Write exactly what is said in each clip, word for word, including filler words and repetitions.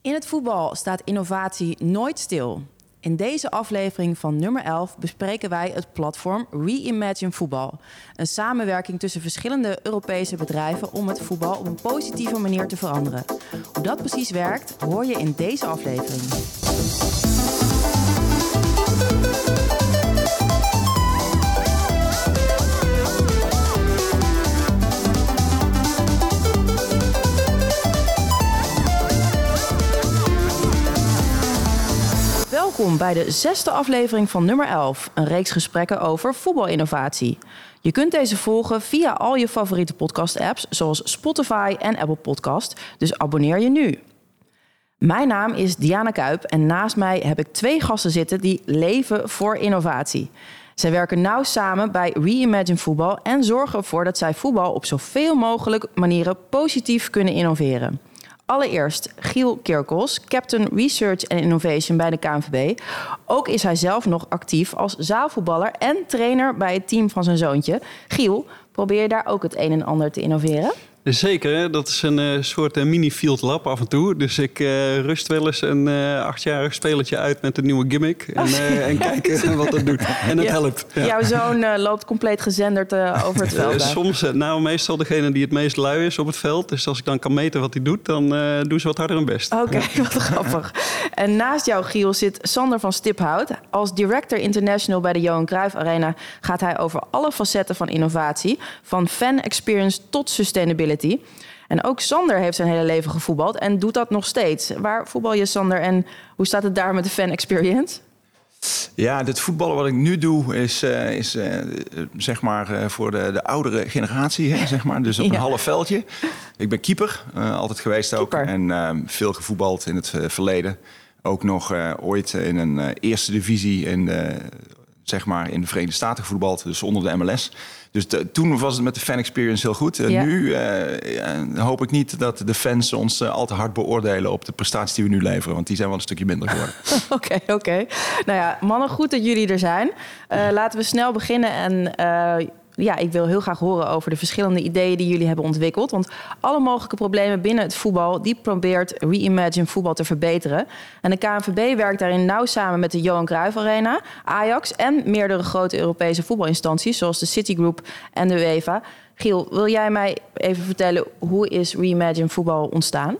In het voetbal staat innovatie nooit stil. In deze aflevering van nummer elf bespreken wij het platform Reimagine Voetbal. Een samenwerking tussen verschillende Europese bedrijven om het voetbal op een positieve manier te veranderen. Hoe dat precies werkt, hoor je in deze aflevering. Welkom bij de zesde aflevering van nummer elf, een reeks gesprekken over voetbalinnovatie. Je kunt deze volgen via al je favoriete podcast-apps, zoals Spotify en Apple Podcast, dus abonneer je nu. Mijn naam is Diana Kuip en naast mij heb ik twee gasten zitten die leven voor innovatie. Zij werken nauw samen bij Reimagine Voetbal en zorgen ervoor dat zij voetbal op zoveel mogelijk manieren positief kunnen innoveren. Allereerst Giel Kerkels, Captain Research and Innovation bij de K N V B. Ook is hij zelf nog actief als zaalvoetballer en trainer bij het team van zijn zoontje. Giel, probeer je daar ook het een en ander te innoveren? Zeker, dat is een uh, soort uh, mini-field lab af en toe. Dus ik uh, rust wel eens een uh, achtjarig spelertje uit met een nieuwe gimmick. En, uh, en kijken wat dat doet. En het ja, helpt. Ja. Jouw zoon uh, loopt compleet gezenderd uh, over het veld. Uh, soms, uh, nou meestal degene die het meest lui is op het veld. Dus als ik dan kan meten wat hij doet, dan uh, doen ze wat harder hun best. Oké, okay, ja. Wat grappig. En naast jou, Giel, zit Sander van Stiphout. Als Director International bij de Johan Cruijff Arena gaat hij over alle facetten van innovatie. Van fan experience tot sustainability. En ook Sander heeft zijn hele leven gevoetbald en doet dat nog steeds. Waar voetbal je, Sander, en hoe staat het daar met de fan experience? Ja, dit voetballen wat ik nu doe is, uh, is uh, zeg maar uh, voor de, de oudere generatie, hè, zeg maar. Dus op een ja. half veldje. Ik ben keeper, uh, altijd geweest keeper. ook. En uh, veel gevoetbald in het uh, verleden. Ook nog uh, ooit in een uh, eerste divisie in de, zeg maar in de Verenigde Staten gevoetbald, dus onder de M L S. Dus de, toen was het met de fan experience heel goed. En ja. nu uh, ja, hoop ik niet dat de fans ons uh, al te hard beoordelen op de prestaties die we nu leveren. Want die zijn wel een stukje minder geworden. Oké, oké. Okay, okay. Nou ja, mannen, goed dat jullie er zijn. Uh, laten we snel beginnen en uh, ja, ik wil heel graag horen over de verschillende ideeën die jullie hebben ontwikkeld. Want alle mogelijke problemen binnen het voetbal, die probeert Reimagine Voetbal te verbeteren. En de K N V B werkt daarin nauw samen met de Johan Cruijff Arena, Ajax en meerdere grote Europese voetbalinstanties, zoals de Citigroup en de UEFA. Giel, wil jij mij even vertellen, hoe is Reimagine Voetbal ontstaan?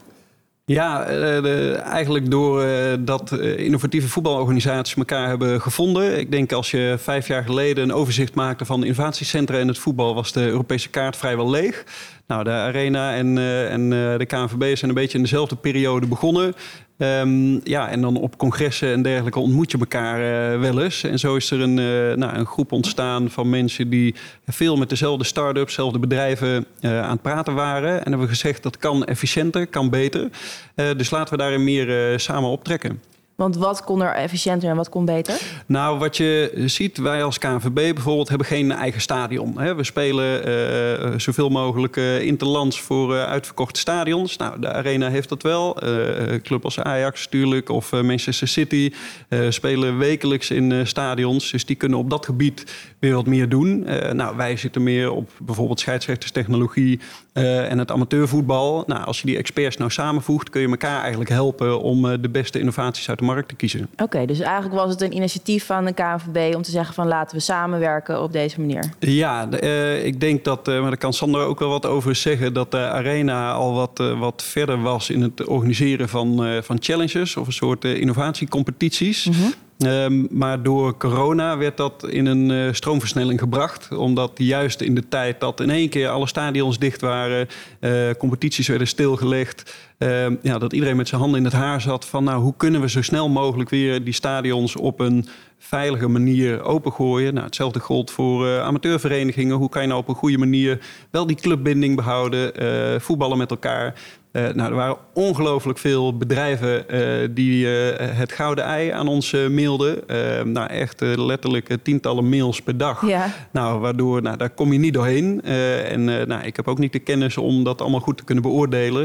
Ja, de, eigenlijk door uh, dat uh, innovatieve voetbalorganisaties elkaar hebben gevonden. Ik denk als je vijf jaar geleden een overzicht maakte van de innovatiecentra in het voetbal, was de Europese kaart vrijwel leeg. Nou, de Arena en, uh, en uh, de K N V B zijn een beetje in dezelfde periode begonnen. Um, ja, en dan op congressen en dergelijke ontmoet je elkaar uh, wel eens. En zo is er een, uh, nou, een groep ontstaan van mensen die veel met dezelfde start-ups, dezelfde bedrijven uh, aan het praten waren. En hebben we gezegd dat kan efficiënter, kan beter. Uh, dus laten we daarin meer uh, samen optrekken. Want wat kon er efficiënter en wat kon beter? Nou, wat je ziet, wij als K N V B bijvoorbeeld hebben geen eigen stadion. Hè. We spelen uh, zoveel mogelijk uh, interlands voor uh, uitverkochte stadions. Nou, de Arena heeft dat wel. Uh, club als Ajax natuurlijk of uh, Manchester City uh, spelen wekelijks in uh, stadions. Dus die kunnen op dat gebied weer wat meer doen. Uh, nou, wij zitten meer op bijvoorbeeld scheidsrechterstechnologie uh, en het amateurvoetbal. Nou, als je die experts nou samenvoegt, kun je elkaar eigenlijk helpen om uh, de beste innovaties uit de markt te kiezen. Oké, okay, dus eigenlijk was het een initiatief van de K N V B om te zeggen van laten we samenwerken op deze manier. Ja, uh, ik denk dat, uh, maar daar kan Sander ook wel wat over zeggen, dat de Arena al wat, uh, wat verder was in het organiseren van, uh, van challenges of een soort uh, innovatiecompetities. Mm-hmm. Um, maar door corona werd dat in een uh, stroomversnelling gebracht. Omdat juist in de tijd dat in één keer alle stadions dicht waren, uh, competities werden stilgelegd. Uh, ja, dat iedereen met zijn handen in het haar zat van nou, hoe kunnen we zo snel mogelijk weer die stadions op een veilige manier opengooien. Nou, hetzelfde gold voor uh, amateurverenigingen. Hoe kan je nou op een goede manier wel die clubbinding behouden, uh, voetballen met elkaar. Uh, nou, er waren ongelooflijk veel bedrijven uh, die uh, het gouden ei aan ons uh, mailden. Uh, nou, echt uh, letterlijk uh, tientallen mails per dag. Ja. Nou, waardoor, nou, daar kom je niet doorheen. Uh, en uh, nou, ik heb ook niet de kennis om dat allemaal goed te kunnen beoordelen.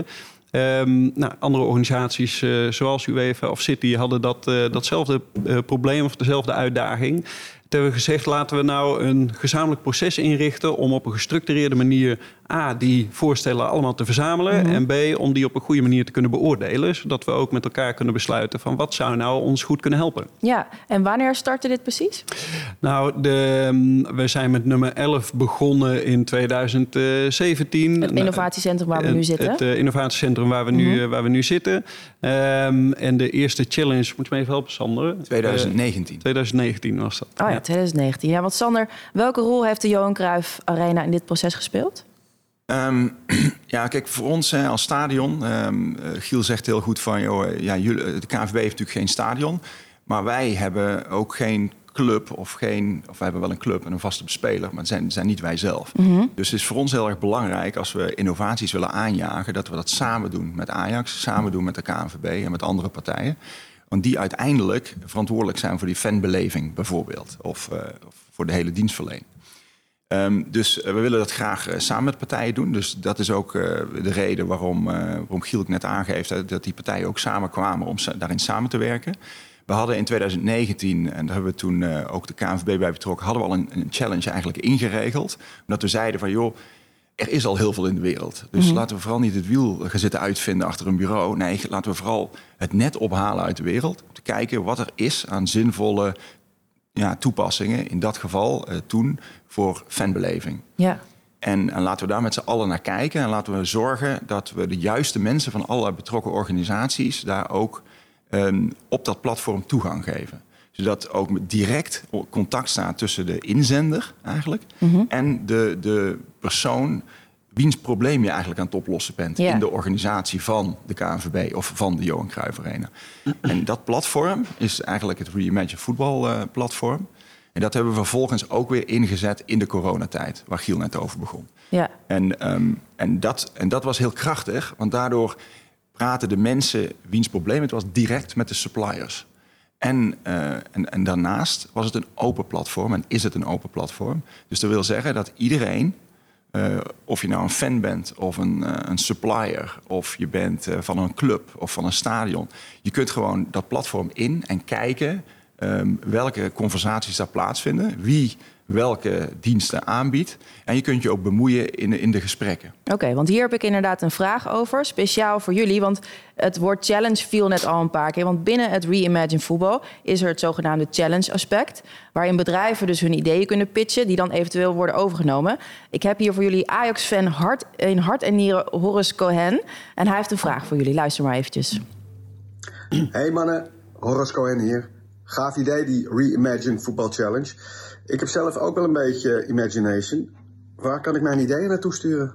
Um, nou, andere organisaties uh, zoals UEFA of City hadden dat, uh, datzelfde uh, probleem of dezelfde uitdaging. Toen hebben we gezegd, laten we nou een gezamenlijk proces inrichten om op een gestructureerde manier A, die voorstellen allemaal te verzamelen. Mm-hmm. En B, om die op een goede manier te kunnen beoordelen. Zodat we ook met elkaar kunnen besluiten van wat zou nou ons goed kunnen helpen. Ja, en wanneer startte dit precies? Nou, de, we zijn met nummer elf begonnen in tweeduizend zeventien. Het innovatiecentrum waar we nu zitten. Het uh, innovatiecentrum waar we, mm-hmm. nu, uh, waar we nu zitten. Um, en de eerste challenge, moet je me even helpen, Sander? twintig negentien. Uh, twintig negentien was dat. Oh ja, twintig negentien. Ja, want Sander, welke rol heeft de Johan Cruijff Arena in dit proces gespeeld? Um, ja, kijk, voor ons hè, als stadion... Um, uh, Giel zegt heel goed van... Joh, ja, jullie, de K N V B heeft natuurlijk geen stadion... maar wij hebben ook geen club of geen... of we hebben wel een club en een vaste bespeler... maar het zijn, het zijn niet wij zelf. Mm-hmm. Dus het is voor ons heel erg belangrijk... als we innovaties willen aanjagen... dat we dat samen doen met Ajax... samen doen met de K N V B en met andere partijen... want die uiteindelijk verantwoordelijk zijn voor die fanbeleving bijvoorbeeld... of, uh, of voor de hele dienstverlening. Um, dus uh, we willen dat graag uh, samen met partijen doen. Dus dat is ook uh, de reden waarom, uh, waarom Giel net aangeeft... Hè, dat die partijen ook samen kwamen om sa- daarin samen te werken. We hadden in twintig negentien, en daar hebben we toen uh, ook de K N V B bij betrokken... hadden we al een, een challenge eigenlijk ingeregeld. Omdat we zeiden van, joh, er is al heel veel in de wereld. Dus mm-hmm. laten we vooral niet het wiel gaan zitten uitvinden achter een bureau. Nee, laten we vooral het net ophalen uit de wereld. Om te kijken wat er is aan zinvolle... Ja, toepassingen, in dat geval uh, toen, voor fanbeleving. Ja. En, en laten we daar met z'n allen naar kijken... en laten we zorgen dat we de juiste mensen van alle betrokken organisaties... daar ook um, op dat platform toegang geven. Zodat ook direct contact staat tussen de inzender eigenlijk... Mm-hmm. en de, de persoon wiens probleem je eigenlijk aan het oplossen bent... Ja. in de organisatie van de K N V B of van de Johan Cruijff Arena. En dat platform is eigenlijk het Reimagine Voetbal uh, platform. En dat hebben we vervolgens ook weer ingezet in de coronatijd... waar Giel net over begon. Ja. En, um, en, dat, en dat was heel krachtig, want daardoor praten de mensen... wiens probleem het was direct met de suppliers. En, uh, en, en daarnaast was het een open platform en is het een open platform. Dus dat wil zeggen dat iedereen... Uh, of je nou een fan bent of een, uh, een supplier... of je bent uh, van een club of van een stadion... je kunt gewoon dat platform in en kijken... Um, welke conversaties daar plaatsvinden... wie welke diensten aanbiedt. En je kunt je ook bemoeien in de, in de gesprekken. Oké, okay, want hier heb ik inderdaad een vraag over. Speciaal voor jullie, want het woord challenge viel net al een paar keer. Want binnen het Reimagine Voetbal is er het zogenaamde challenge aspect... waarin bedrijven dus hun ideeën kunnen pitchen... die dan eventueel worden overgenomen. Ik heb hier voor jullie Ajax-fan hart, in hart en nieren Horace Cohen. En hij heeft een vraag voor jullie. Luister maar eventjes. Hey mannen, Horace Cohen hier. Gaaf idee, die Reimagine Voetbal Challenge. Ik heb zelf ook wel een beetje imagination. Waar kan ik mijn ideeën naartoe sturen?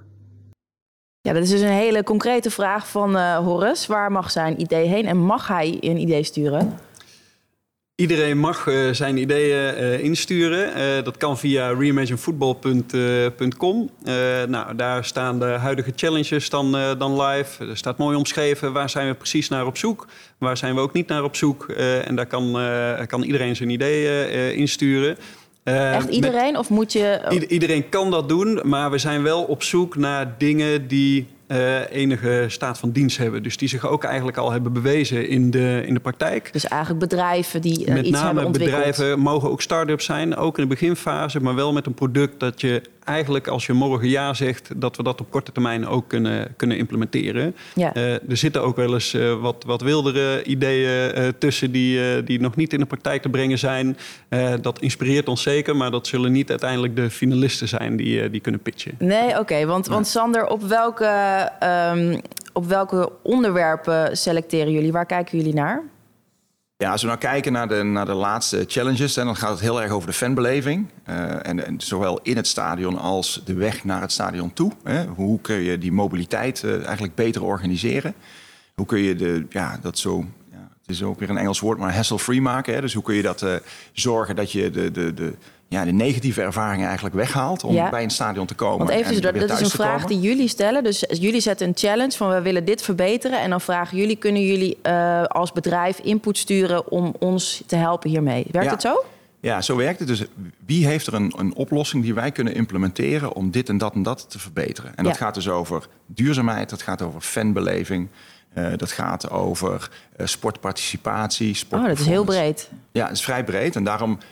Ja, dat is dus een hele concrete vraag van uh, Horace. Waar mag zijn idee heen en mag hij een idee sturen? Iedereen mag uh, zijn ideeën uh, insturen. Uh, dat kan via reimagine voetbal punt com. Uh, nou, daar staan de huidige challenges dan, uh, dan live. Er staat mooi omschreven waar zijn we precies naar op zoek. Waar zijn we ook niet naar op zoek. Uh, en daar kan, uh, kan iedereen zijn ideeën uh, insturen. Uh, Echt iedereen? Met, of moet je... I- iedereen kan dat doen, maar we zijn wel op zoek naar dingen die... Uh, enige staat van dienst hebben. Dus die zich ook eigenlijk al hebben bewezen in de, in de praktijk. Dus eigenlijk bedrijven die uh, met iets hebben ontwikkeld. Met name bedrijven mogen ook start-ups zijn, ook in de beginfase... maar wel met een product dat je eigenlijk als je morgen ja zegt... dat we dat op korte termijn ook kunnen, kunnen implementeren. Ja. Uh, er zitten ook wel eens uh, wat, wat wildere ideeën uh, tussen... Die, uh, die nog niet in de praktijk te brengen zijn. Uh, dat inspireert ons zeker, maar dat zullen niet uiteindelijk de finalisten zijn... die, uh, die kunnen pitchen. Nee, oké, okay, want, want Sander, op welke... Um, op welke onderwerpen selecteren jullie? Waar kijken jullie naar? Ja, als we nou kijken naar de, naar de laatste challenges... dan gaat het heel erg over de fanbeleving. Uh, en, en zowel in het stadion als de weg naar het stadion toe. Hè? Hoe kun je die mobiliteit uh, eigenlijk beter organiseren? Hoe kun je de, ja, dat zo... Ja, het is ook weer een Engels woord, maar hassle-free maken. Hè? Dus hoe kun je dat uh, zorgen dat je de... de, de Ja, de negatieve ervaringen eigenlijk weghaalt om ja. bij een stadion te komen. Want even, dat, dat is een vraag komen. die jullie stellen. Dus jullie zetten een challenge van we willen dit verbeteren. En dan vragen jullie, kunnen jullie uh, als bedrijf input sturen om ons te helpen hiermee? Werkt ja. het zo? Ja, zo werkt het. Dus wie heeft er een, een oplossing die wij kunnen implementeren om dit en dat en dat te verbeteren? En dat ja. gaat dus over duurzaamheid, dat gaat over fanbeleving. Uh, dat gaat over uh, sportparticipatie. Oh, dat is heel breed. Ja, het is vrij breed en daarom...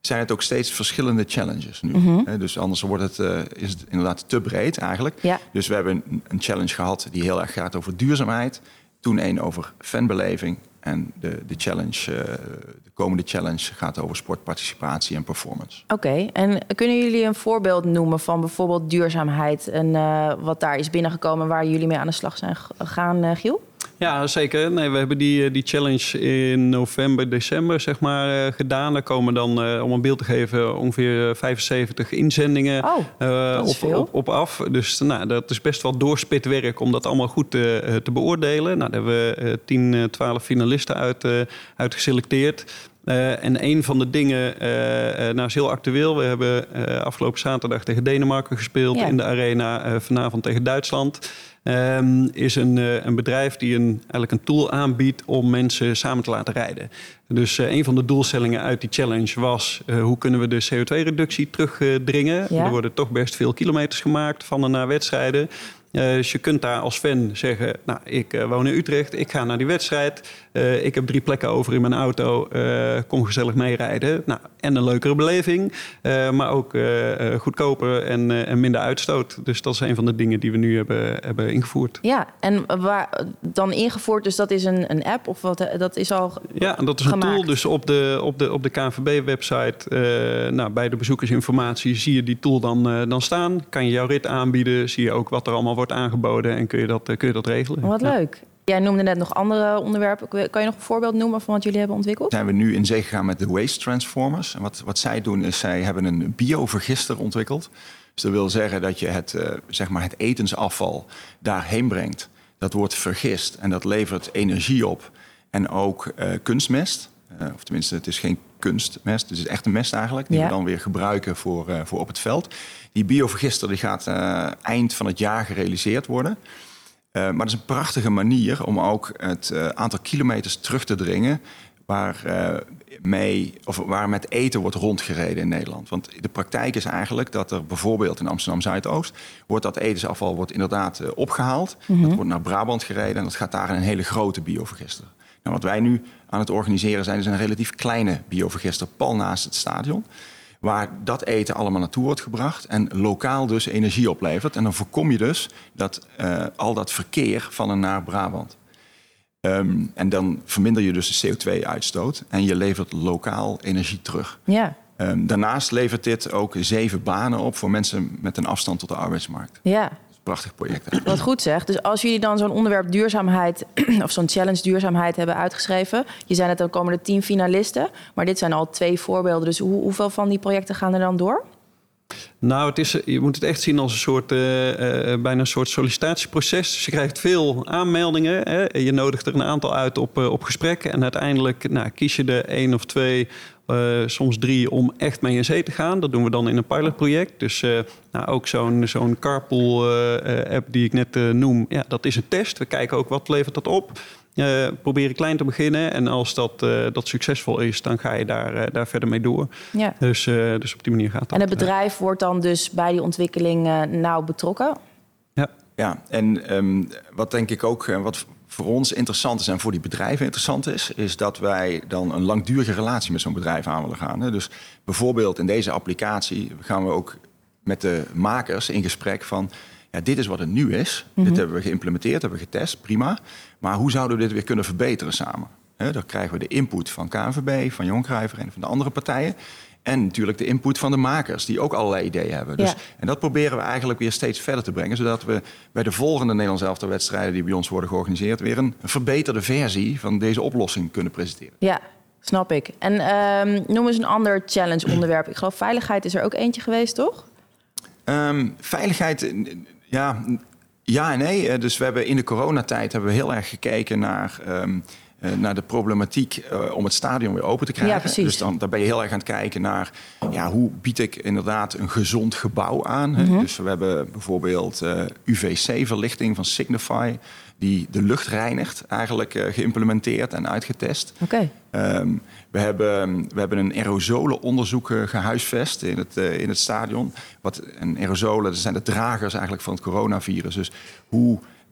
zijn het ook steeds verschillende challenges nu. Mm-hmm. Dus anders wordt het, uh, is het inderdaad te breed eigenlijk. Ja. Dus we hebben een challenge gehad die heel erg gaat over duurzaamheid. Toen één over fanbeleving. En de, de challenge, uh, de komende challenge gaat over sportparticipatie en performance. Oké, okay. En kunnen jullie een voorbeeld noemen van bijvoorbeeld duurzaamheid en uh, wat daar is binnengekomen waar jullie mee aan de slag zijn gegaan, uh, Giel? Ja, zeker. Nee, we hebben die, die challenge in november, december zeg maar, uh, gedaan. Daar komen dan, uh, om een beeld te geven, ongeveer vijfenzeventig inzendingen oh, uh, op, op, op af. Dus nou, dat is best wel doorspitwerk om dat allemaal goed uh, te beoordelen. Nou, daar hebben we uh, tien, twaalf finalisten uit, uh, uit geselecteerd. Uh, en een van de dingen, uh, uh, nou is heel actueel. We hebben uh, afgelopen zaterdag tegen Denemarken gespeeld ja. in de arena. Uh, vanavond tegen Duitsland. Um, is een, uh, een bedrijf die een, eigenlijk een tool aanbiedt om mensen samen te laten rijden. Dus uh, een van de doelstellingen uit die challenge was uh, hoe kunnen we de C O twee reductie terugdringen. Ja. Er worden toch best veel kilometers gemaakt van en naar wedstrijden. Uh, dus je kunt daar als fan zeggen, nou, ik uh, woon in Utrecht, ik ga naar die wedstrijd. Uh, ik heb drie plekken over in mijn auto, uh, kom gezellig meerijden. Nou, en een leukere beleving, uh, maar ook uh, uh, goedkoper en, uh, en minder uitstoot. Dus dat is een van de dingen die we nu hebben, hebben ingevoerd. Ja, en waar dan ingevoerd, dus dat is een, een app of wat? Dat is al Ja, en dat is gemaakt. Een tool. Dus op de, op de, op de K N V B-website, uh, nou, bij de bezoekersinformatie zie je die tool dan, uh, dan staan. Kan je jouw rit aanbieden, zie je ook wat er allemaal wordt aangeboden en kun je dat, kun je dat regelen. Wat ja. leuk. Jij noemde net nog andere onderwerpen. Kan je nog een voorbeeld noemen van wat jullie hebben ontwikkeld? Zijn we nu in zee gegaan met de Waste Transformers. En wat, wat zij doen is, zij hebben een biovergister ontwikkeld. Dus dat wil zeggen dat je het, uh, zeg maar het etensafval daarheen brengt. Dat wordt vergist en dat levert energie op. En ook uh, kunstmest. Uh, of tenminste, het is geen kunstmest. Het is echt een mest eigenlijk. Die ja. we dan weer gebruiken voor, uh, voor op het veld. Die biovergister die gaat uh, eind van het jaar gerealiseerd worden. Uh, maar dat is een prachtige manier om ook het uh, aantal kilometers terug te dringen waar, uh, mee, of waar met eten wordt rondgereden in Nederland. Want de praktijk is eigenlijk dat er bijvoorbeeld in Amsterdam Zuidoost wordt dat etensafval wordt inderdaad uh, opgehaald. Mm-hmm. Dat wordt naar Brabant gereden en dat gaat daar in een hele grote biovergister. Nou, wat wij nu aan het organiseren zijn, is een relatief kleine biovergister pal naast het stadion. Waar dat eten allemaal naartoe wordt gebracht en lokaal dus energie oplevert. En dan voorkom je dus dat, uh, al dat verkeer van en naar Brabant. Um, en dan verminder je dus de C O twee uitstoot en je levert lokaal energie terug. Ja. Um, daarnaast levert dit ook zeven banen op voor mensen met een afstand tot de arbeidsmarkt. Ja. Prachtig project. Eigenlijk. Wat goed zeg. Dus als jullie dan zo'n onderwerp duurzaamheid of zo'n challenge duurzaamheid hebben uitgeschreven. Je zei net, dan komen er tien finalisten. Maar dit zijn al twee voorbeelden. Dus hoe, hoeveel van die projecten gaan er dan door? Nou, het is, je moet het echt zien als een soort, uh, uh, bijna een soort sollicitatieproces. Dus je krijgt veel aanmeldingen. Hè. Je nodigt er een aantal uit op, uh, op gesprek. En uiteindelijk nou, kies je er één of twee, uh, soms drie, om echt mee in zee te gaan. Dat doen we dan in een pilotproject. Dus uh, nou, ook zo'n, zo'n carpool-app uh, die ik net uh, noem, ja, dat is een test. We kijken ook wat levert dat op. Uh, proberen klein te beginnen. En als dat, uh, dat succesvol is, dan ga je daar, uh, daar verder mee door. Ja. Dus, uh, dus op die manier gaat dat. En het bedrijf uh, wordt dan dus bij die ontwikkeling uh, nauw betrokken? Ja, ja en um, wat denk ik ook, uh, wat voor ons interessant is en voor die bedrijven interessant is, is dat wij dan een langdurige relatie met zo'n bedrijf aan willen gaan. Hè. Dus bijvoorbeeld in deze applicatie gaan we ook met de makers in gesprek van, ja, dit is wat het nu is. Mm-hmm. Dit hebben we geïmplementeerd, hebben we getest, prima. Maar hoe zouden we dit weer kunnen verbeteren samen? He, dan krijgen we de input van K N V B, van Johan Cruijff en van de andere partijen. En natuurlijk de input van de makers, die ook allerlei ideeën hebben. Dus, ja. En dat proberen we eigenlijk weer steeds verder te brengen, zodat we bij de volgende Nederlands elftal wedstrijden die bij ons worden georganiseerd, weer een verbeterde versie van deze oplossing kunnen presenteren. Ja, snap ik. En um, noem eens een ander challenge onderwerp. Ik geloof veiligheid is er ook eentje geweest, toch? Um, veiligheid, ja, ja en nee. Dus we hebben in de coronatijd hebben we heel erg gekeken naar, um, uh, naar de problematiek uh, om het stadion weer open te krijgen. Ja, precies. Dus dan, dan ben je heel erg aan het kijken naar, ja, hoe bied ik inderdaad een gezond gebouw aan. Mm-hmm. Dus we hebben bijvoorbeeld uh, U V C-verlichting van Signify, die de lucht reinigt, eigenlijk uh, geïmplementeerd en uitgetest. Oké. Okay. Um, we, hebben, we hebben een aerosolenonderzoek uh, gehuisvest in het, uh, in het stadion. Wat, en aerosolen, dat zijn de dragers eigenlijk van het coronavirus. Dus hoe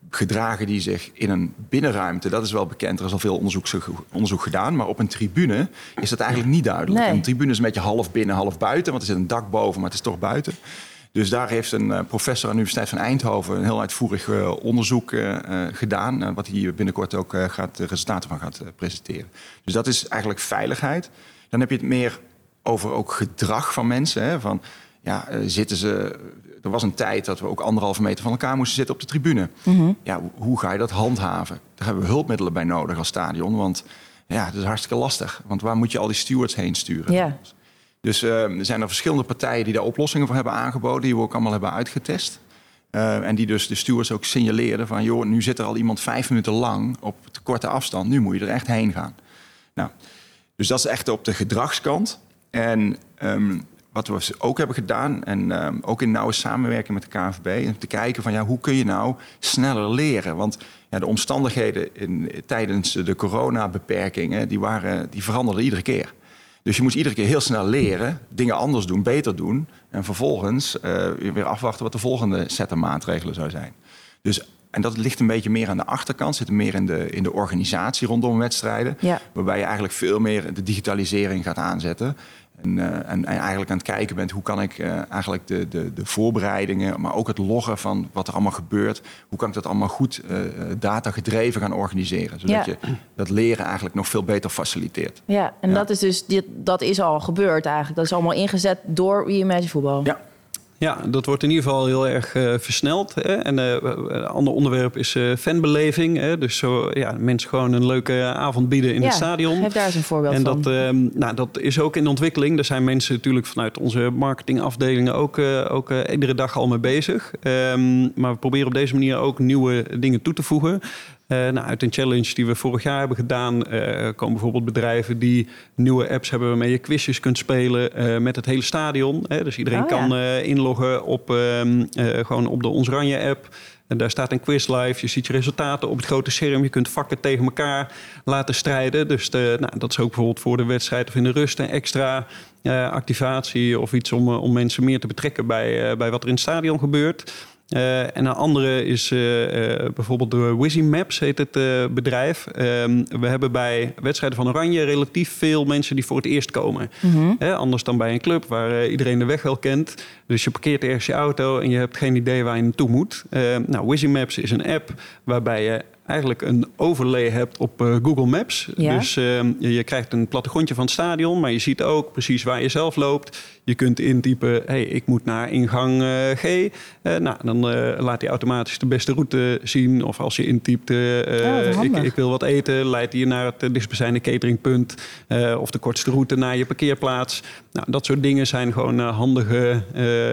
gedragen die zich in een binnenruimte? Dat is wel bekend, er is al veel onderzoek, onderzoek gedaan. Maar op een tribune is dat eigenlijk niet duidelijk. Nee. Een tribune is een beetje half binnen, half buiten. Want er zit een dak boven, maar het is toch buiten. Dus daar heeft een uh, professor aan de Universiteit van Eindhoven... een heel uitvoerig uh, onderzoek uh, uh, gedaan. Uh, wat hij binnenkort ook uh, gaat, de resultaten van gaat uh, presenteren. Dus dat is eigenlijk veiligheid. Dan heb je het meer over ook gedrag van mensen. Hè? Van, ja, uh, zitten ze... Er was een tijd dat we ook anderhalve meter van elkaar moesten zitten op de tribune. Mm-hmm. Ja, hoe ga je dat handhaven? Daar hebben we hulpmiddelen bij nodig als stadion. Want ja, dat is hartstikke lastig. Want waar moet je al die stewards heen sturen? Yeah. Dus uh, er zijn er verschillende partijen die daar oplossingen voor hebben aangeboden... die we ook allemaal hebben uitgetest. Uh, en die dus de stewards ook signaleerden van... joh, nu zit er al iemand vijf minuten lang op te korte afstand. Nu moet je er echt heen gaan. Nou, dus dat is echt op de gedragskant. En um, wat we ook hebben gedaan... en um, ook in nauwe samenwerking met de K N V B... om te kijken van ja, hoe kun je nou sneller leren? Want ja, de omstandigheden in, tijdens de coronabeperkingen... Die, waren, die veranderden iedere keer. Dus je moest iedere keer heel snel leren, dingen anders doen, beter doen... en vervolgens uh, weer afwachten wat de volgende set aan maatregelen zou zijn. Dus, en dat ligt een beetje meer aan de achterkant, zit meer in de, in de organisatie rondom wedstrijden... Ja. Waarbij je eigenlijk veel meer de digitalisering gaat aanzetten... En, uh, en, en eigenlijk aan het kijken bent, hoe kan ik uh, eigenlijk de, de, de voorbereidingen... maar ook het loggen van wat er allemaal gebeurt... hoe kan ik dat allemaal goed uh, datagedreven gaan organiseren... zodat ja. je dat leren eigenlijk nog veel beter faciliteert. Ja, en ja. dat is dus dit, dat is al gebeurd eigenlijk. Dat is allemaal ingezet door Reimagine Voetbal. Ja. Ja, dat wordt in ieder geval heel erg uh, versneld. Hè? En uh, een ander onderwerp is uh, fanbeleving. Hè? Dus zo, ja, mensen gewoon een leuke avond bieden in ja, het stadion. Geef daar eens een voorbeeld en van. Dat, uh, nou, dat is ook in ontwikkeling. Daar zijn mensen natuurlijk vanuit onze marketingafdelingen ook, uh, ook uh, iedere dag al mee bezig. Um, maar we proberen op deze manier ook nieuwe dingen toe te voegen. Uh, nou, uit een challenge die we vorig jaar hebben gedaan... Uh, komen bijvoorbeeld bedrijven die nieuwe apps hebben... waarmee je quizjes kunt spelen uh, met het hele stadion. Hè? Dus iedereen oh, kan ja. uh, inloggen op, uh, uh, gewoon op de Ons Oranje-app. En daar staat een quiz live. Je ziet je resultaten op het grote scherm. Je kunt vakken tegen elkaar laten strijden. Dus de, nou, dat is ook bijvoorbeeld voor de wedstrijd of in de rust... een extra uh, activatie of iets om, uh, om mensen meer te betrekken... bij, uh, bij wat er in het stadion gebeurt... Uh, en een andere is uh, uh, bijvoorbeeld de Wizzy Maps, heet het uh, bedrijf. Um, we hebben bij wedstrijden van Oranje relatief veel mensen die voor het eerst komen. Mm-hmm. He, anders dan bij een club waar uh, iedereen de weg wel kent. Dus je parkeert ergens je auto en je hebt geen idee waar je naartoe moet. Uh, nou, Wizzy Maps is een app waarbij je eigenlijk een overlay hebt op uh, Google Maps. Ja. Dus uh, je, je krijgt een plattegrondje van het stadion... maar je ziet ook precies waar je zelf loopt. Je kunt intypen, hey, ik moet naar ingang uh, G. Uh, nou, dan uh, laat hij automatisch de beste route zien. Of als je intypt, uh, oh, ik, ik wil wat eten... leidt hij je naar het dichtstbijzijnde cateringpunt... Uh, of de kortste route naar je parkeerplaats. Nou, dat soort dingen zijn gewoon uh, handige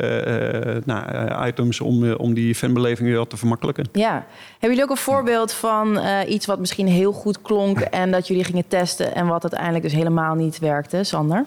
uh, uh, nou, uh, items... om, uh, om die fanbeleving weer wat te vermakkelijken. Ja. Hebben jullie ook een voorbeeld van uh, iets wat misschien heel goed klonk... en dat jullie gingen testen en wat uiteindelijk dus helemaal niet werkte, Sander?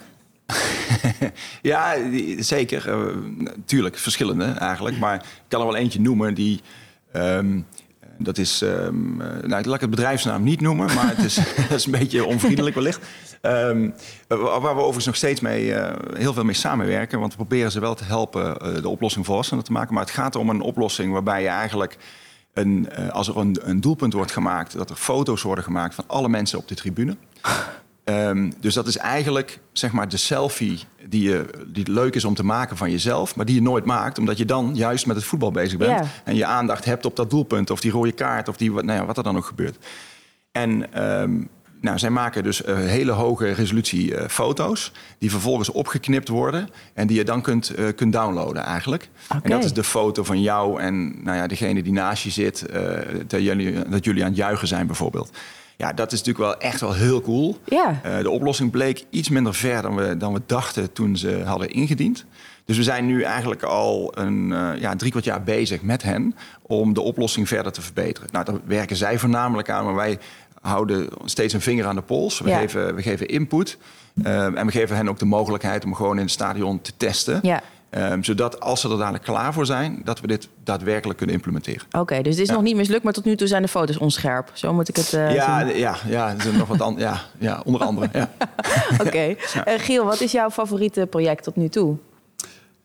Ja, zeker. Uh, tuurlijk, verschillende eigenlijk. Maar ik kan er wel eentje noemen die... Um, dat is... Um, uh, nou, laat ik het bedrijfsnaam niet noemen, maar het is, dat is een beetje onvriendelijk wellicht. Um, waar we overigens nog steeds mee, uh, heel veel mee samenwerken. Want we proberen ze wel te helpen uh, de oplossing volwassener te maken. Maar het gaat om een oplossing waarbij je eigenlijk... Een, uh, als er een, een doelpunt wordt gemaakt... dat er foto's worden gemaakt van alle mensen op de tribune... Um, dus dat is eigenlijk zeg maar de selfie die, je, die leuk is om te maken van jezelf... maar die je nooit maakt, omdat je dan juist met het voetbal bezig bent... Yeah. en je aandacht hebt op dat doelpunt of die rode kaart... of die, nou ja, wat er dan ook gebeurt. En um, nou, zij maken dus uh, hele hoge resolutie uh, foto's... die vervolgens opgeknipt worden... en die je dan kunt, uh, kunt downloaden eigenlijk. Okay. En dat is de foto van jou en nou ja, degene die naast je zit... Uh, dat, jullie, dat jullie aan het juichen zijn bijvoorbeeld... Ja, dat is natuurlijk wel echt wel heel cool. Ja. Uh, de oplossing bleek iets minder ver dan we, dan we dachten toen ze hadden ingediend. Dus we zijn nu eigenlijk al een uh, ja, drie kwart jaar bezig met hen... om de oplossing verder te verbeteren. Nou, daar werken zij voornamelijk aan, maar wij houden steeds een vinger aan de pols. We, ja. geven, we geven input uh, en we geven hen ook de mogelijkheid... om gewoon in het stadion te testen... Ja. Um, zodat als ze er dadelijk klaar voor zijn... dat we dit daadwerkelijk kunnen implementeren. Oké, okay, dus het is ja. nog niet mislukt... maar tot nu toe zijn de foto's onscherp. Zo moet ik het uh, ja, zien. Ja, ja, er is nog wat an- ja, ja, onder andere. Ja. Oké. Okay. Ja. Uh, Giel, wat is jouw favoriete project tot nu toe?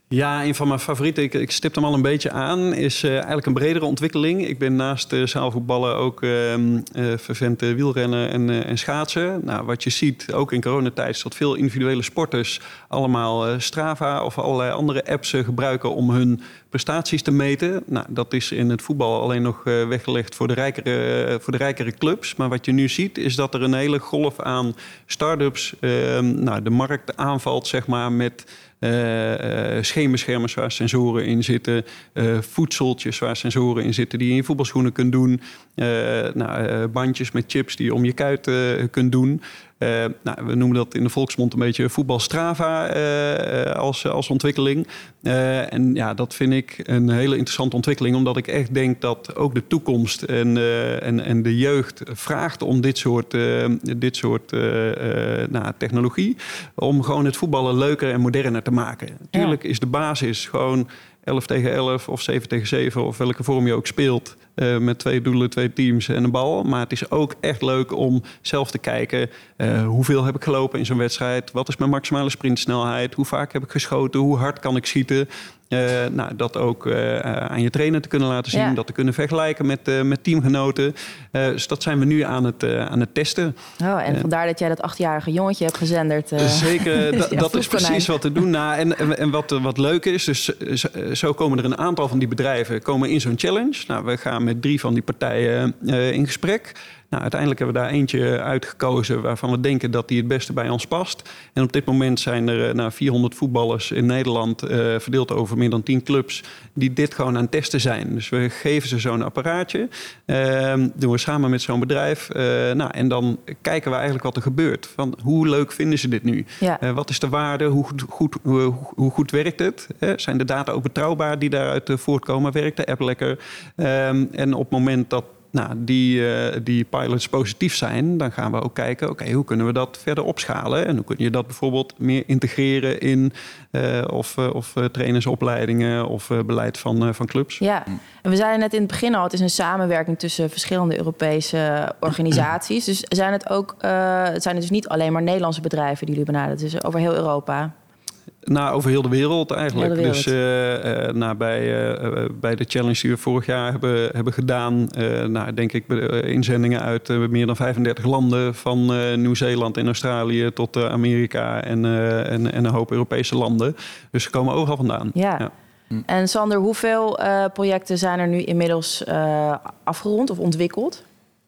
Ja, een van mijn favorieten, ik, ik stip hem al een beetje aan, is uh, eigenlijk een bredere ontwikkeling. Ik ben naast uh, zaalvoetballen ook uh, uh, fervent uh, wielrennen en, uh, en schaatsen. Nou, wat je ziet, ook in coronatijd, is dat veel individuele sporters allemaal uh, Strava of allerlei andere apps uh, gebruiken om hun prestaties te meten. Nou, dat is in het voetbal alleen nog uh, weggelegd voor de, rijkere, uh, voor de rijkere clubs. Maar wat je nu ziet, is dat er een hele golf aan start-ups uh, nou, de markt aanvalt, zeg maar, met Uh, uh, scheenbeschermers waar sensoren in zitten. Uh, voedseltjes waar sensoren in zitten die je in je voetbalschoenen kunt doen. Uh, nou, uh, bandjes met chips die je om je kuit uh, kunt doen. Uh, nou, we noemen dat in de volksmond een beetje voetbal Strava uh, als, als ontwikkeling. Uh, en ja, dat vind ik een hele interessante ontwikkeling. Omdat ik echt denk dat ook de toekomst en, uh, en, en de jeugd vraagt om dit soort, uh, dit soort uh, uh, nou, technologie. Om gewoon het voetballen leuker en moderner te maken. Natuurlijk ja. is de basis gewoon elf tegen elf of zeven tegen zeven... of welke vorm je ook speelt, uh, met twee doelen, twee teams en een bal. Maar het is ook echt leuk om zelf te kijken... Uh, hoeveel heb ik gelopen in zo'n wedstrijd? Wat is mijn maximale sprintsnelheid? Hoe vaak heb ik geschoten? Hoe hard kan ik schieten? Uh, nou, dat ook uh, aan je trainer te kunnen laten zien. Ja. Dat te kunnen vergelijken met, uh, met teamgenoten. Uh, dus dat zijn we nu aan het, uh, aan het testen. Oh, en uh, vandaar dat jij dat achtjarige jongetje hebt gezenderd. Uh, zeker, ja, da, dat is precies wat te doen. Nou, en en, en wat, wat leuk is, dus zo komen er een aantal van die bedrijven komen in zo'n challenge. Nou, we gaan met drie van die partijen uh, in gesprek. Nou, uiteindelijk hebben we daar eentje uitgekozen waarvan we denken dat die het beste bij ons past. En op dit moment zijn er nou, vierhonderd voetballers in Nederland, uh, verdeeld over meer dan tien clubs, die dit gewoon aan het testen zijn. Dus we geven ze zo'n apparaatje, uh, doen we samen met zo'n bedrijf. Uh, nou, en dan kijken we eigenlijk wat er gebeurt. Van hoe leuk vinden ze dit nu? Ja. Uh, wat is de waarde? Hoe goed, goed, hoe, hoe goed werkt het? Uh, zijn de data ook betrouwbaar die daaruit uh, voortkomen? Werkt de app lekker? Uh, en op het moment dat Nou, die, uh, die pilots positief zijn, dan gaan we ook kijken, oké, okay, hoe kunnen we dat verder opschalen? En hoe kun je dat bijvoorbeeld meer integreren in uh, of, uh, of uh, trainersopleidingen of uh, beleid van, uh, van clubs? Ja, en we zeiden net in het begin al, het is een samenwerking tussen verschillende Europese organisaties. Dus zijn het ook, uh, het zijn dus niet alleen maar Nederlandse bedrijven die jullie benaderen, het is over heel Europa. Nou, over heel de wereld eigenlijk. De wereld. Dus uh, uh, nou, bij, uh, bij de challenge die we vorig jaar hebben, hebben gedaan, uh, nou, denk ik uh, inzendingen uit uh, meer dan vijfendertig landen, van uh, Nieuw-Zeeland en Australië tot uh, Amerika en, uh, en, en een hoop Europese landen. Dus ze komen overal vandaan. Ja. Ja. En Sander, hoeveel uh, projecten zijn er nu inmiddels uh, afgerond of ontwikkeld?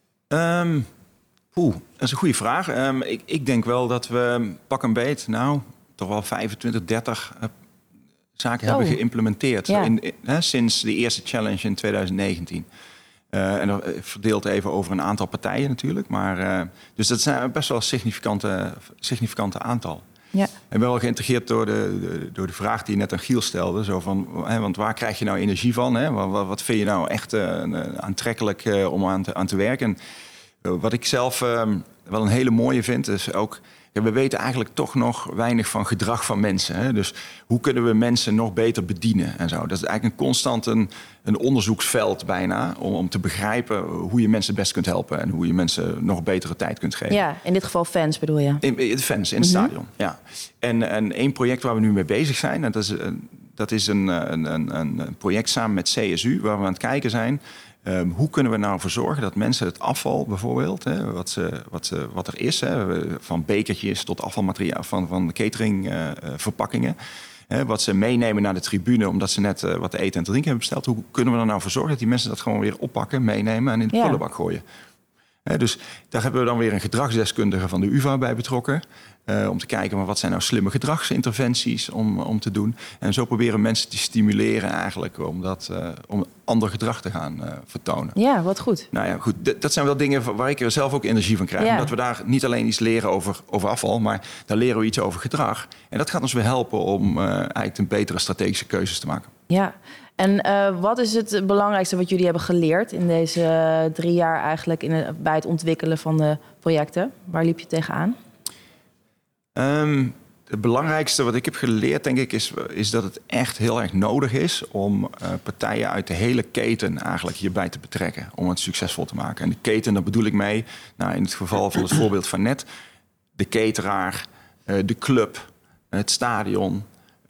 Um, Oeh, dat is een goede vraag. Um, ik, ik denk wel dat we pak een beet, nou, toch wel vijfentwintig, dertig uh, zaken oh. hebben geïmplementeerd. Ja. In, in, hè, sinds de eerste challenge in twintig negentien. Uh, en dat verdeeld even over een aantal partijen natuurlijk. Maar, uh, dus dat zijn best wel significante, significante aantal. Ja. En wel geïntegreerd door de, de, door de vraag die je net aan Giel stelde. Zo van, hè, want waar krijg je nou energie van? Hè? Wat, wat vind je nou echt uh, aantrekkelijk uh, om aan te, aan te werken? En, uh, wat ik zelf uh, wel een hele mooie vind, is ook... Ja, we weten eigenlijk toch nog weinig van gedrag van mensen. Hè? Dus hoe kunnen we mensen nog beter bedienen en zo? Dat is eigenlijk een constant een, een onderzoeksveld bijna... Om, om te begrijpen hoe je mensen best kunt helpen... en hoe je mensen nog betere tijd kunt geven. Ja, in dit geval fans bedoel je? In, in fans, in het mm-hmm. stadion, ja. En, en één project waar we nu mee bezig zijn... dat is, dat is een, een, een, een project samen met C S U... waar we aan het kijken zijn... Um, hoe kunnen we nou voor zorgen dat mensen het afval bijvoorbeeld, hè, wat, ze, wat, ze, wat er is, hè, van bekertjes tot afvalmateriaal, van, van cateringverpakkingen, uh, wat ze meenemen naar de tribune omdat ze net uh, wat te eten en te drinken hebben besteld. Hoe kunnen we er nou voor zorgen dat die mensen dat gewoon weer oppakken, meenemen en in de ja. prullenbak gooien? He, dus daar hebben we dan weer een gedragsdeskundige van de U vA bij betrokken. Uh, om te kijken, maar wat zijn nou slimme gedragsinterventies om, om te doen. En zo proberen mensen te stimuleren eigenlijk om, dat, uh, om ander gedrag te gaan uh, vertonen. Ja, wat goed. Nou ja, goed. D- dat zijn wel dingen waar ik er zelf ook energie van krijg. Ja. Omdat we daar niet alleen iets leren over, over afval, maar daar leren we iets over gedrag. En dat gaat ons weer helpen om uh, eigenlijk een betere strategische keuzes te maken. Ja. En uh, wat is het belangrijkste wat jullie hebben geleerd in deze uh, drie jaar eigenlijk in het, bij het ontwikkelen van de projecten? Waar liep je tegenaan? Um, het belangrijkste wat ik heb geleerd, denk ik, is, is dat het echt heel erg nodig is om uh, partijen uit de hele keten eigenlijk hierbij te betrekken om het succesvol te maken. En de keten, daar bedoel ik mee, nou, in het geval van het voorbeeld van net, de cateraar, uh, de club, het stadion.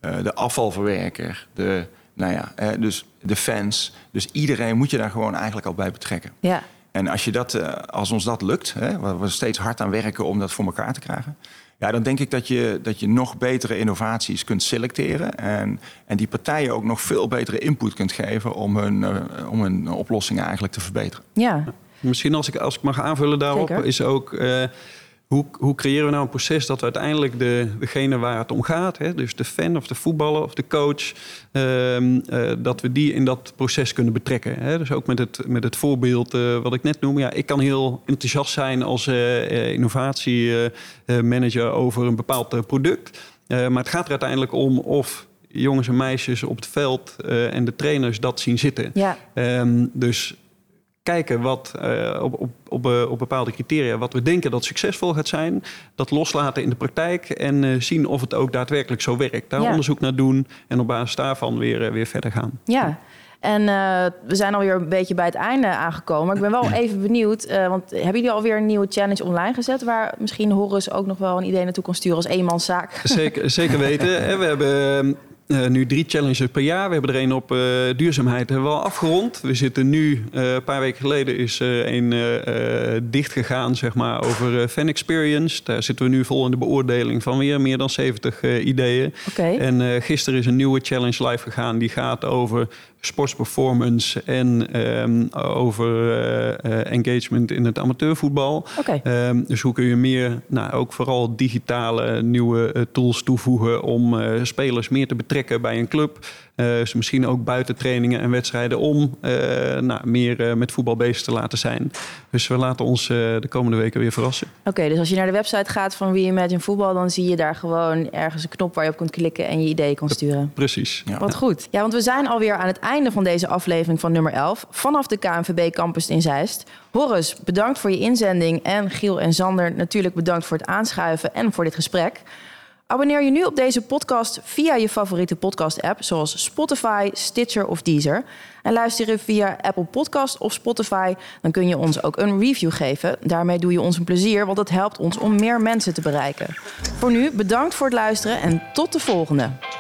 uh, de afvalverwerker, de, nou ja, uh, dus de fans. Dus iedereen moet je daar gewoon eigenlijk al bij betrekken. Ja. En als, je dat, uh, als ons dat lukt, hè, waar we steeds hard aan werken om dat voor elkaar te krijgen, ja, dan denk ik dat je, dat je nog betere innovaties kunt selecteren. En, en die partijen ook nog veel betere input kunt geven om hun, uh, om hun oplossingen eigenlijk te verbeteren. Ja. Misschien als ik, als ik mag aanvullen daarop, Zeker. is ook uh, hoe, hoe creëren we nou een proces dat we uiteindelijk de, degene waar het om gaat, hè, dus de fan of de voetballer of de coach, uh, uh, dat we die in dat proces kunnen betrekken. Hè. Dus ook met het, met het voorbeeld uh, wat ik net noemde. Ja, ik kan heel enthousiast zijn als uh, innovatiemanager uh, over een bepaald uh, product. Uh, maar het gaat er uiteindelijk om of jongens en meisjes op het veld uh, en de trainers dat zien zitten. Ja. Um, dus kijken wat, uh, op, op, op, uh, op bepaalde criteria wat we denken dat succesvol gaat zijn. Dat loslaten in de praktijk en uh, zien of het ook daadwerkelijk zo werkt. Daar ja. onderzoek naar doen en op basis daarvan weer, uh, weer verder gaan. Ja, en uh, we zijn alweer een beetje bij het einde aangekomen. Ik ben wel even benieuwd, uh, want hebben jullie alweer een nieuwe challenge online gezet, waar misschien Horus ook nog wel een idee naartoe kan sturen als eenmanszaak? Zeker, zeker weten. We hebben Uh, nu drie challenges per jaar. We hebben er een op uh, duurzaamheid hebben we al afgerond. We zitten nu, uh, een paar weken geleden is uh, een uh, uh, dicht gegaan, zeg maar, over uh, fan experience. Daar zitten we nu vol in de beoordeling van weer meer dan zeventig uh, ideeën. Okay. En uh, gisteren is een nieuwe challenge live gegaan. Die gaat over sportsperformance en um, over uh, uh, engagement in het amateurvoetbal. Okay. Um, dus hoe kun je meer, nou, ook vooral digitale nieuwe uh, tools toevoegen om uh, spelers meer te betrekken bij een club. Uh, dus misschien ook buiten trainingen en wedstrijden om uh, nou, meer uh, met voetbal bezig te laten zijn. Dus we laten ons uh, de komende weken weer verrassen. Oké, okay, dus als je naar de website gaat van Reimagine Voetbal, dan zie je daar gewoon ergens een knop waar je op kunt klikken en je ideeën kan sturen. Precies. Ja. Wat goed. Ja, want we zijn alweer aan het einde van deze aflevering van nummer elf vanaf de K N V B Campus in Zeist. Horus, bedankt voor je inzending en Giel en Sander natuurlijk bedankt voor het aanschuiven en voor dit gesprek. Abonneer je nu op deze podcast via je favoriete podcast-app, zoals Spotify, Stitcher of Deezer. En luister je via Apple Podcast of Spotify, dan kun je ons ook een review geven. Daarmee doe je ons een plezier, want het helpt ons om meer mensen te bereiken. Voor nu, bedankt voor het luisteren en tot de volgende.